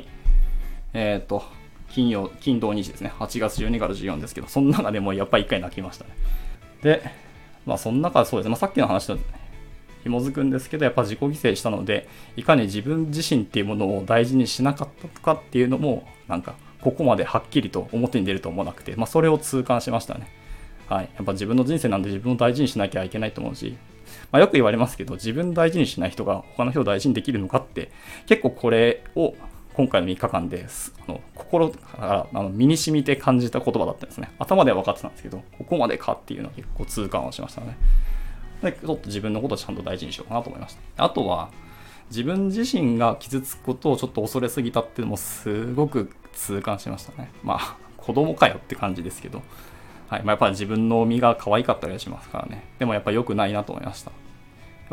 [SPEAKER 1] 金土日ですね、8月12から14ですけど、その中でもやっぱり1回泣きましたね。で、その中はそうですね、さっきの話と紐づくんですけど、やっぱ自己犠牲したので、いかに自分自身っていうものを大事にしなかったとかっていうのもここまではっきりと表に出ると思わなくて、それを痛感しましたね。はい。やっぱ自分の人生なんで自分を大事にしなきゃいけないと思うし、よく言われますけど、自分大事にしない人が他の人を大事にできるのかって、結構これを今回の3日間で心から身に染みて感じた言葉だったんですね。頭では分かってたんですけど、ここまでかっていうのは結構痛感をしましたね。で、ちょっと自分のことをちゃんと大事にしようかなと思いました。あとは、自分自身が傷つくことをちょっと恐れすぎたっていうのもすごく痛感しましたね。子供かよって感じですけど、はい。やっぱり自分の身が可愛かったりはしますからね。でもやっぱり良くないなと思いました。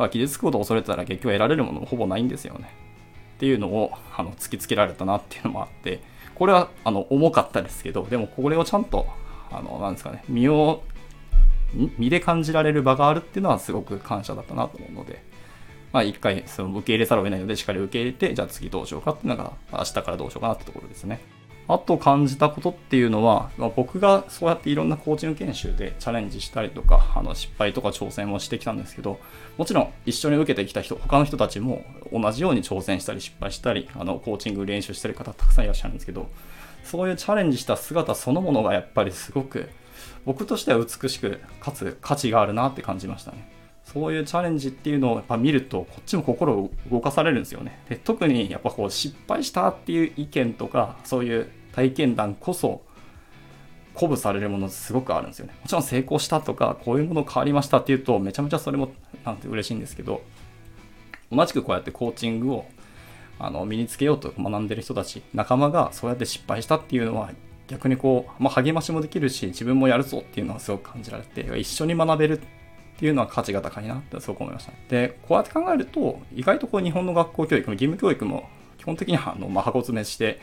[SPEAKER 1] 傷つくことを恐れてたら結局得られるものもほぼないんですよね。っていうのを突きつけられたなっていうのもあって、これは重かったですけど、でもこれをちゃんとなんですかね、身で感じられる場があるっていうのはすごく感謝だったなと思うので、一回その受け入れざるを得ないのでしっかり受け入れて、じゃあ次どうしようかっていうのが明日からどうしようかなってところですね。あと感じたことっていうのは、僕がそうやっていろんなコーチング研修でチャレンジしたりとか、失敗とか挑戦もしてきたんですけど、もちろん一緒に受けてきた他の人たちも同じように挑戦したり失敗したり、コーチング練習してる方たくさんいらっしゃるんですけど、そういうチャレンジした姿そのものがやっぱりすごく僕としては美しくかつ価値があるなって感じましたね。そういうチャレンジっていうのをやっぱ見るとこっちも心を動かされるんですよね。で、特にやっぱ失敗したっていう意見とかそういう体験談こそ鼓舞されるものすごくあるんですよね。もちろん成功したとかこういうもの変わりましたっていうとめちゃめちゃそれも嬉しいんですけど、同じくこうやってコーチングを身につけようと学んでる人たち仲間がそうやって失敗したっていうのは逆に励ましもできるし自分もやるぞっていうのはすごく感じられて、一緒に学べるっていうのは価値が高いなってすごく思いました。で、こうやって考えると意外と日本の学校教育も義務教育も基本的には箱詰めして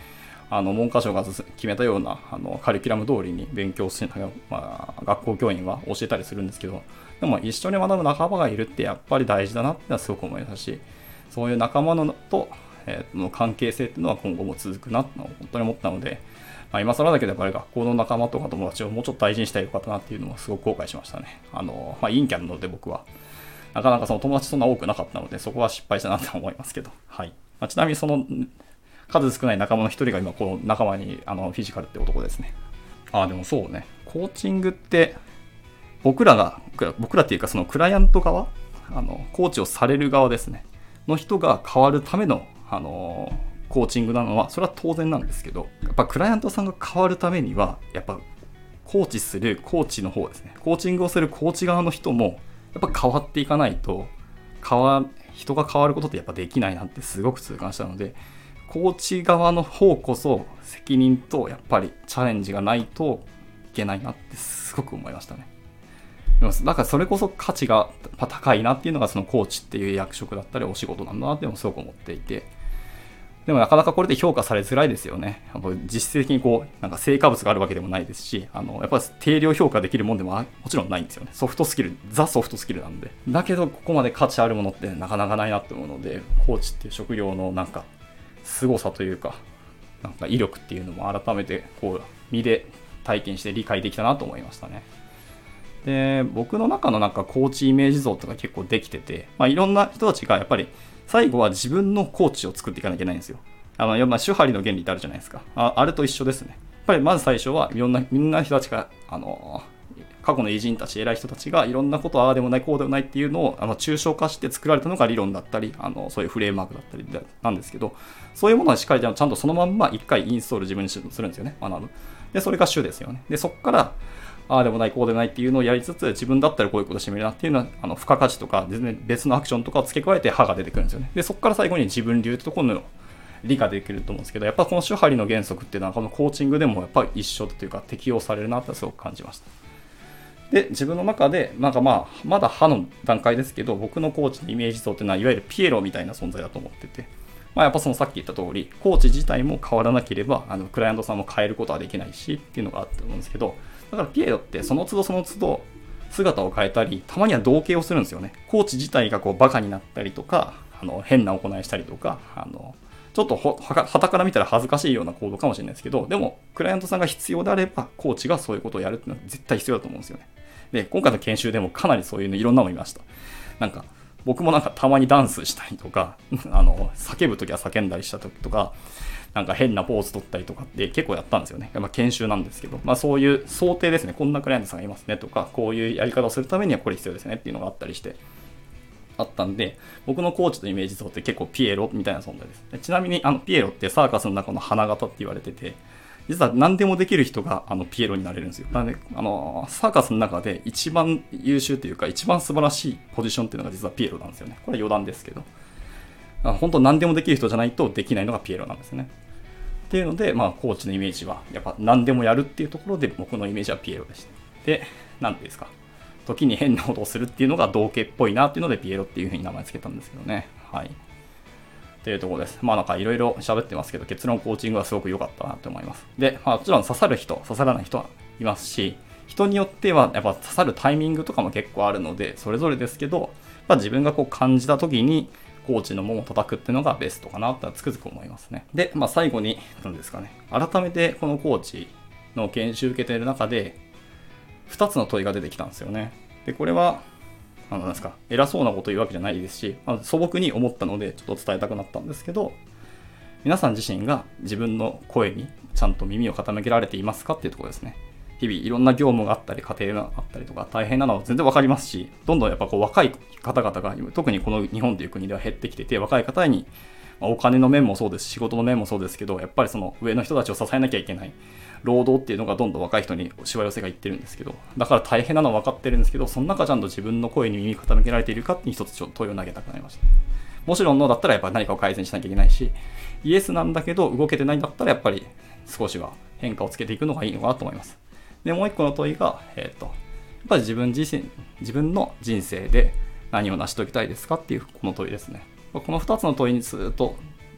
[SPEAKER 1] 文科省が決めたようなカリキュラム通りに勉強し、学校教員は教えたりするんですけど、でも一緒に学ぶ仲間がいるってやっぱり大事だなってのはすごく思いましたし、そういう仲間のと、の関係性っていうのは今後も続くなって本当に思ったので、今更だけどやっぱり学校の仲間とか友達をもうちょっと大事にしたらよかったなっていうのもすごく後悔しましたね。陰キャなので僕はなかなかその友達そんな多くなかったので、そこは失敗したなと思いますけど、はい。ちなみにその数少ない仲間の一人が今この仲間にフィジカルって男ですね。でもそうね、コーチングって僕らっていうかそのクライアント側、コーチをされる側ですねの人が変わるためのコーチングなのはそれは当然なんですけど、やっぱクライアントさんが変わるためにはやっぱコーチするコーチの方ですね、コーチングをするコーチ側の人もやっぱ変わっていかないと人が変わることってやっぱできないなってすごく痛感したので、コーチ側の方こそ責任とやっぱりチャレンジがないといけないなってすごく思いましたね。だからそれこそ価値が高いなっていうのがそのコーチっていう役職だったりお仕事なんだなっていうのをすごく思っていて、でもなかなかこれで評価されづらいですよね。実質的になんか成果物があるわけでもないですし、やっぱり定量評価できるもんでももちろんないんですよね。ソフトスキルなんで。だけどここまで価値あるものってなかなかないなって思うので、コーチっていう職業のなんか凄さというか、なんか威力っていうのも改めて身で体験して理解できたなと思いましたね。で、僕の中のなんかコーチイメージ像とか結構できてて、いろんな人たちがやっぱり最後は自分のコーチを作っていかなきゃいけないんですよ。シュハリの原理ってあるじゃないですか。あれと一緒ですね。やっぱりまず最初はみんな人たちが、過去の偉人たち、偉い人たちがいろんなことをああでもないこうでもないっていうのを抽象化して作られたのが理論だったり、そういうフレームワークだったりなんですけど、そういうものはしっかりちゃんとそのまんま一回インストール自分にするんですよね、学ぶ。で、それが主ですよね。で、そこからああでもないこうでもないっていうのをやりつつ、自分だったらこういうことしてみるなっていうのは付加価値とか全然別のアクションとかを付け加えて歯が出てくるんですよね。で、そこから最後に自分流ってところの理解できると思うんですけど、やっぱこの手張りの原則っていうのはこのコーチングでもやっぱり一緒というか適用されるなってすごく感じました。で、自分の中でまだ歯の段階ですけど、僕のコーチのイメージ像っていうのはいわゆるピエロみたいな存在だと思ってて、やっぱそのさっき言った通り、コーチ自体も変わらなければクライアントさんも変えることはできないしっていうのがあったと思うんですけど、だからピエロってその都度姿を変えたり、たまには同型をするんですよね。コーチ自体がバカになったりとか、変な行いしたりとか、ちょっと傍から見たら恥ずかしいような行動かもしれないですけど、でもクライアントさんが必要であればコーチがそういうことをやるっていうのは絶対必要だと思うんですよね。で、今回の研修でもかなりそういうのいろんなの見ました。なんか僕もたまにダンスしたりとか叫ぶときは叫んだりしたときとか、なんか変なポーズ取ったりとかって結構やったんですよね。研修なんですけど、そういう想定ですね。こんなクライアントさんがいますねとか、こういうやり方をするためにはこれ必要ですねっていうのがあったりして、あったんで、僕のコーチのイメージ像って結構ピエロみたいな存在です。ちなみにピエロってサーカスの中の花形って言われてて、実は何でもできる人がピエロになれるんですよ。なのでサーカスの中で一番優秀というか一番素晴らしいポジションっていうのが実はピエロなんですよね。これ余談ですけど、本当何でもできる人じゃないとできないのがピエロなんですね。っていうので、コーチのイメージはやっぱ何でもやるっていうところで僕のイメージはピエロでした。で、何ていうんですか、時に変なことをするっていうのが同型っぽいなっていうのでピエロっていう風に名前つけたんですけどね。はい。っていうところです。なんかいろいろ喋ってますけど、結論コーチングはすごく良かったなと思います。で、もちろん刺さる人、刺さらない人はいますし、人によってはやっぱ刺さるタイミングとかも結構あるので、それぞれですけど、自分が感じた時にコーチの門を叩くっていうのがベストかなとつくづく思いますね。で、最後に、何ですかね、改めてこのコーチの研修受けている中で、2つの問いが出てきたんですよね。で、これは、なんですか、偉そうなこと言うわけじゃないですし、素朴に思ったのでちょっと伝えたくなったんですけど、皆さん自身が自分の声にちゃんと耳を傾けられていますかっていうところですね。日々いろんな業務があったり、家庭があったりとか大変なのは全然わかりますし、どんどんやっぱ若い方々が、特にこの日本という国では減ってきてて、若い方にお金の面もそうですし、仕事の面もそうですけど、やっぱりその上の人たちを支えなきゃいけない労働っていうのがどんどん若い人にしわ寄せがいってるんですけど、だから大変なのは分かってるんですけど、その中ちゃんと自分の声に耳傾けられているかっていう一つ問いを投げたくなりました。もちろんノーだったらやっぱり何かを改善しなきゃいけないし、イエスなんだけど動けてないんだったらやっぱり少しは変化をつけていくのがいいのかなと思います。で、もう一個の問いが、やっぱり自分の人生で何を成し遂げたいですかっていうこの問いですね。この2つの問いにずっと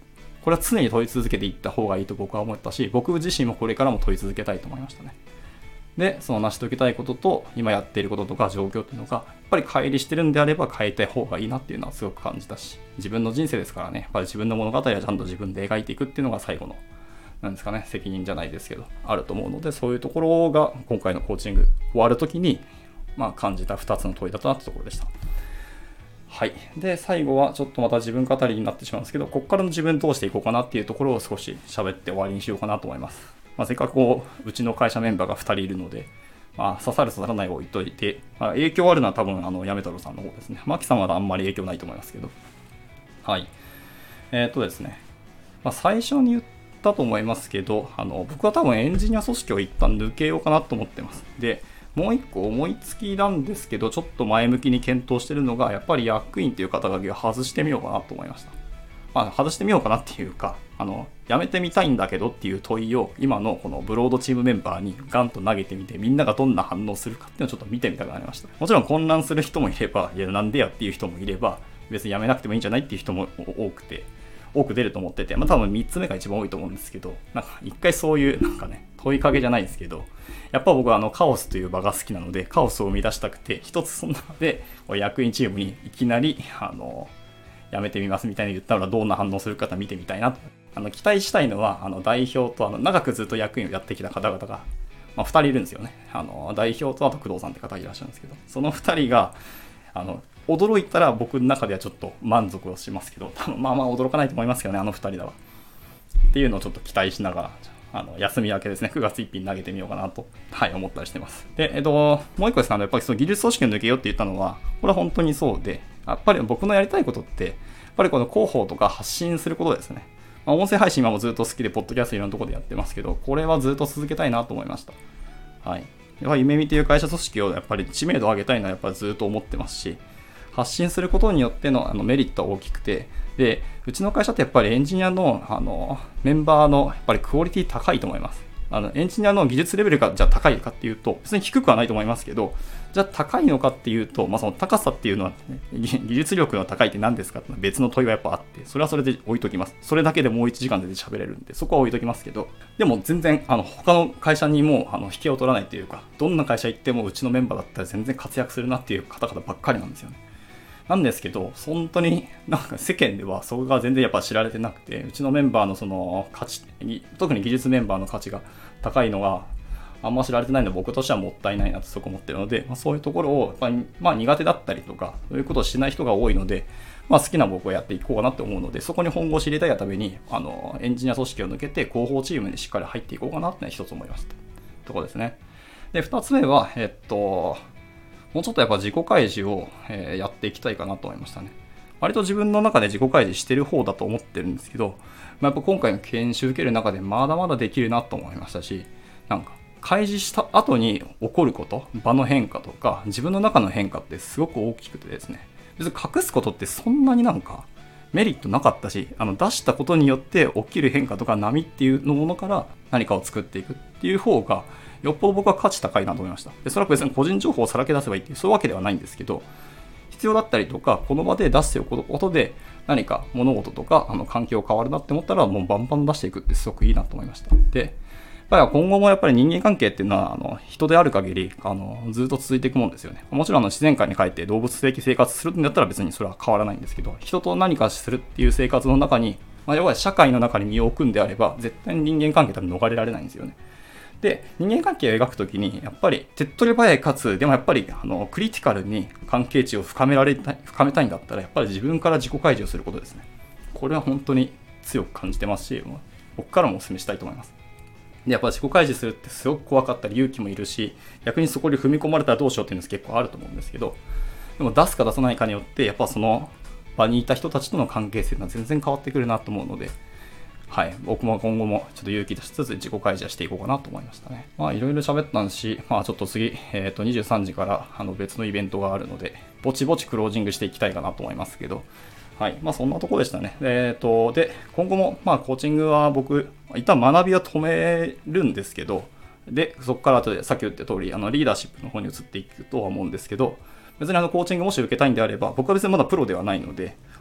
[SPEAKER 1] これは常に問い続けていった方がいいと僕は思ったし、僕自身もこれからも問い続けたいと思いましたね。で、その成し遂げたいことと今やっていることとか状況っていうのがやっぱり乖離してるんであれば変えたい方がいいなっていうのはすごく感じたし、自分の人生ですからね、やっぱり自分の物語はちゃんと自分で描いていくっていうのが最後のなんですかね、責任じゃないですけどあると思うので、そういうところが今回のコーチング終わるときに感じた2つの問いだったなってところでした。はい。で、最後はちょっとまた自分語りになってしまうんですけど、ここからの自分どうしていこうかなっていうところを少し喋って終わりにしようかなと思います。せっかくうちの会社メンバーが2人いるので、刺さる刺さらないを置いといて、影響あるのは多分やめ太郎さんの方ですね。マキさんはあんまり影響ないと思いますけど。はい。ですね。最初に言ったと思いますけど、僕は多分エンジニア組織を一旦抜けようかなと思ってます。で、もう一個思いつきなんですけど、ちょっと前向きに検討してるのが、やっぱり役員という肩書きを外してみようかなと思いました。外してみようかなっていうか、辞めてみたいんだけどっていう問いを今のこのブロードチームメンバーにガンと投げてみて、みんながどんな反応するかっていうのをちょっと見てみたくなりました。もちろん混乱する人もいれば、いやなんでやっていう人もいれば、別に辞めなくてもいいんじゃないっていう人も多く出ると思ってて、多分3つ目が一番多いと思うんですけど、一回そういう問いかけじゃないですけど、やっぱ僕はカオスという場が好きなので、カオスを生み出したくて、一つその中で役員チームにいきなりやめてみますみたいに言ったらどんな反応するか見てみたいな。期待したいのは代表と長くずっと役員をやってきた方々が、2人いるんですよね。代表とあと工藤さんって方がいらっしゃるんですけど、その2人が驚いたら僕の中ではちょっと満足をしますけど、多分驚かないと思いますけどね、2人だわっていうのをちょっと期待しながら休み明けですね、9月1日に投げてみようかなと、思ったりしてます。で、もう一個ですね、やっぱりその技術組織を抜けようって言ったのは、これは本当にそうで、やっぱり僕のやりたいことって、やっぱりこの広報とか発信することですね。音声配信今もずっと好きで、ポッドキャストいろんなところでやってますけど、これはずっと続けたいなと思いました。はい。やっぱり夢見という会社組織をやっぱり知名度を上げたいのはやっぱりずっと思ってますし、発信することによってのメリットは大きくて、で、うちの会社ってやっぱりエンジニアのメンバーのやっぱりクオリティ高いと思います。エンジニアの技術レベルがじゃあ高いかっていうと、別に低くはないと思いますけど、じゃあ高いのかっていうと、その高さっていうのは、技術力が高いって何ですかって別の問いはやっぱあって、それはそれで置いときます。それだけでもう1時間で喋れるんで、そこは置いときますけど、でも全然他の会社にも引けを取らないというか、どんな会社行ってもうちのメンバーだったら全然活躍するなっていう方々ばっかりなんですよね。なんですけど、本当に世間ではそこが全然やっぱ知られてなくて、うちのメンバーのその価値、特に技術メンバーの価値が高いのがあんま知られてないので、僕としてはもったいないなとそこ思ってるので、そういうところをやっぱり苦手だったりとか、そういうことをしない人が多いので、好きな僕をやっていこうかなと思うので、そこに本腰入れたいがためにエンジニア組織を抜けて広報チームにしっかり入っていこうかなって一つ思いましたところですね。で、2つ目はもうちょっとやっぱ自己開示をやっていきたいかなと思いましたね。割と自分の中で自己開示してる方だと思ってるんですけど、やっぱ今回の研修受ける中でまだまだできるなと思いましたし、開示した後に起こること、場の変化とか自分の中の変化ってすごく大きくてですね、別に隠すことってそんなにメリットなかったし、出したことによって起きる変化とか波っていうものから何かを作っていくっていう方がよっぽど僕は価値高いなと思いました。で、それは別に個人情報をさらけ出せばいいっていうそういうわけではないんですけど、必要だったりとかこの場で出しておくことで何か物事とか環境変わるなって思ったらもうバンバン出していくってすごくいいなと思いました。で、今後もやっぱり人間関係っていうのは人である限りずっと続いていくもんですよね。もちろん自然界に帰って動物的生活するんだったら別にそれは変わらないんですけど、人と何かするっていう生活の中に、要は社会の中に身を置くんであれば絶対に人間関係って逃れられないんですよね。で、人間関係を描くときにやっぱり手っ取り早いかつでもやっぱりクリティカルに関係値を深めたいんだったらやっぱり自分から自己開示をすることですね。これは本当に強く感じてますし、僕からもお勧めしたいと思います。で、やっぱ自己開示するってすごく怖かったり勇気もいるし、逆にそこに踏み込まれたらどうしようっていうのは結構あると思うんですけど、でも出すか出さないかによってやっぱその場にいた人たちとの関係性が全然変わってくるなと思うので、僕も今後もちょっと勇気出しつつ自己開示はしていこうかなと思いましたね。いろいろ喋ったんし、ちょっと次、23時から別のイベントがあるので、ぼちぼちクロージングしていきたいかなと思いますけど、そんなところでしたね。で、今後もコーチングは僕、一旦学びは止めるんですけど、で、そこから後でさっき言った通り、リーダーシップの方に移っていくとは思うんですけど、別にコーチングもし受けたいんであれば、僕は別にまだプロではないので、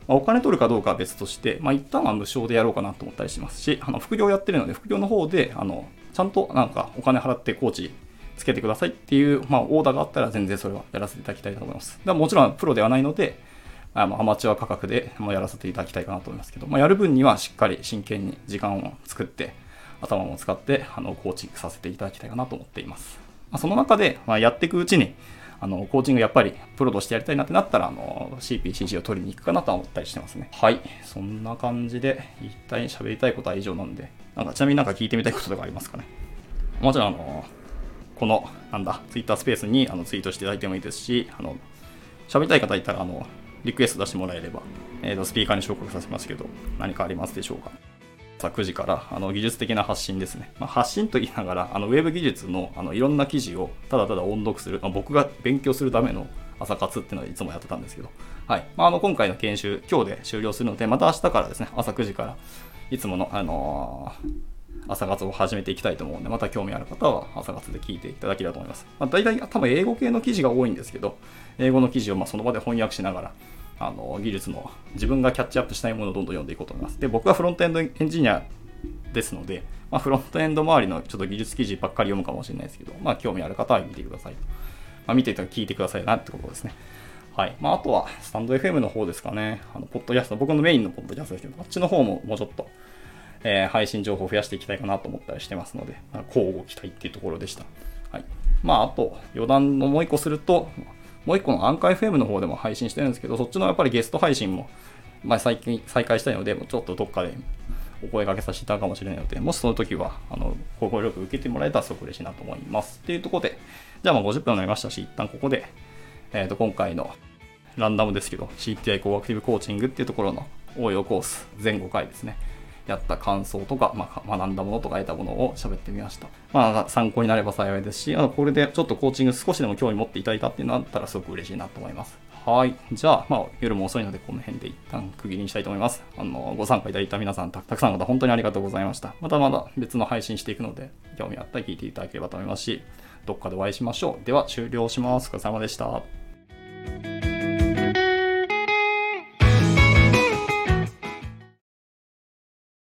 [SPEAKER 1] お金取るかどうかは別として、一旦は無償でやろうかなと思ったりしますし、副業やってるので、副業の方で、ちゃんとなんかお金払ってコーチつけてくださいっていう、オーダーがあったら全然それはやらせていただきたいと思います。もちろんプロではないので、アマチュア価格でやらせていただきたいかなと思いますけど、やる分にはしっかり真剣に時間を作って、頭も使って、コーチングさせていただきたいかなと思っています。その中で、やっていくうちに、コーチングやっぱりプロとしてやりたいなってなったら、CPCG を取りに行くかなとは思ったりしてますね。はい。そんな感じで、一体喋りたいことは以上なんで、ちなみに聞いてみたいこととかありますかね。もちろん、この、Twitter スペースにツイートしていただいてもいいですし、喋りたい方いたら、リクエスト出してもらえれば、スピーカーに昇格させますけど、何かありますでしょうか。朝9時から技術的な発信ですね。発信と言いながら、ウェブ技術のいろんな記事をただただ音読する、僕が勉強するための朝活っていうのをいつもやってたんですけど、はい。今回の研修、今日で終了するので、また明日からですね、朝9時からいつもの、朝活を始めていきたいと思うので、また興味ある方は朝活で聞いていただければと思います。大体多分英語系の記事が多いんですけど、英語の記事をその場で翻訳しながら、技術の自分がキャッチアップしたいものをどんどん読んでいこうと思います。で、僕はフロントエンドエンジニアですので、フロントエンド周りのちょっと技術記事ばっかり読むかもしれないですけど、興味ある方は見てください。見ていたら聞いてくださいなってことですね。はい。あとは、スタンド FM の方ですかね。ポッドキャスト、僕のメインのポッドキャストですけど、あっちの方ももうちょっと、配信情報を増やしていきたいかなと思ったりしてますので、交互期待っていうところでした。はい。あと、余談のもう一個すると、もう一個のアンカー FM の方でも配信してるんですけど、そっちのやっぱりゲスト配信も、最近再開したいので、ちょっとどっかでお声掛けさせていただくかもしれないので、もしその時は、ご協力受けてもらえたらすごく嬉しいなと思います。っていうところで、じゃあ50分になりましたし、一旦ここで、今回のランダムですけど、CTI コーアクティブコーチングっていうところの応用コース、全5回ですね。やった感想とか、学んだものとか得たものを喋ってみました。参考になれば幸いですし、これでちょっとコーチング少しでも興味持っていただいたっていうのだったらすごく嬉しいなと思います。はい。じゃあ、夜も遅いのでこの辺で一旦区切りにしたいと思います。ご参加いただいた皆さん、たくさんの方本当にありがとうございました。またまだ別の配信していくので、興味あったら聞いていただければと思いますし、どっかでお会いしましょう。では終了します。お疲れ様でした。